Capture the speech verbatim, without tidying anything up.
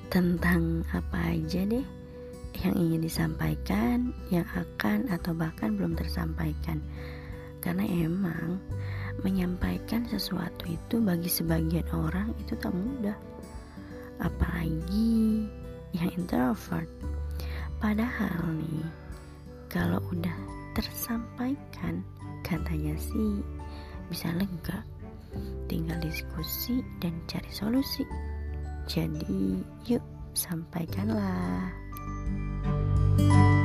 tentang apa aja deh yang ingin disampaikan, yang akan atau bahkan belum tersampaikan. Karena emang menyampaikan sesuatu itu bagi sebagian orang itu tak mudah, apalagi yang introvert. Padahal nih, kalau udah tersampaikan, katanya sih bisa lega, tinggal diskusi dan cari solusi. Jadi yuk, sampaikanlah.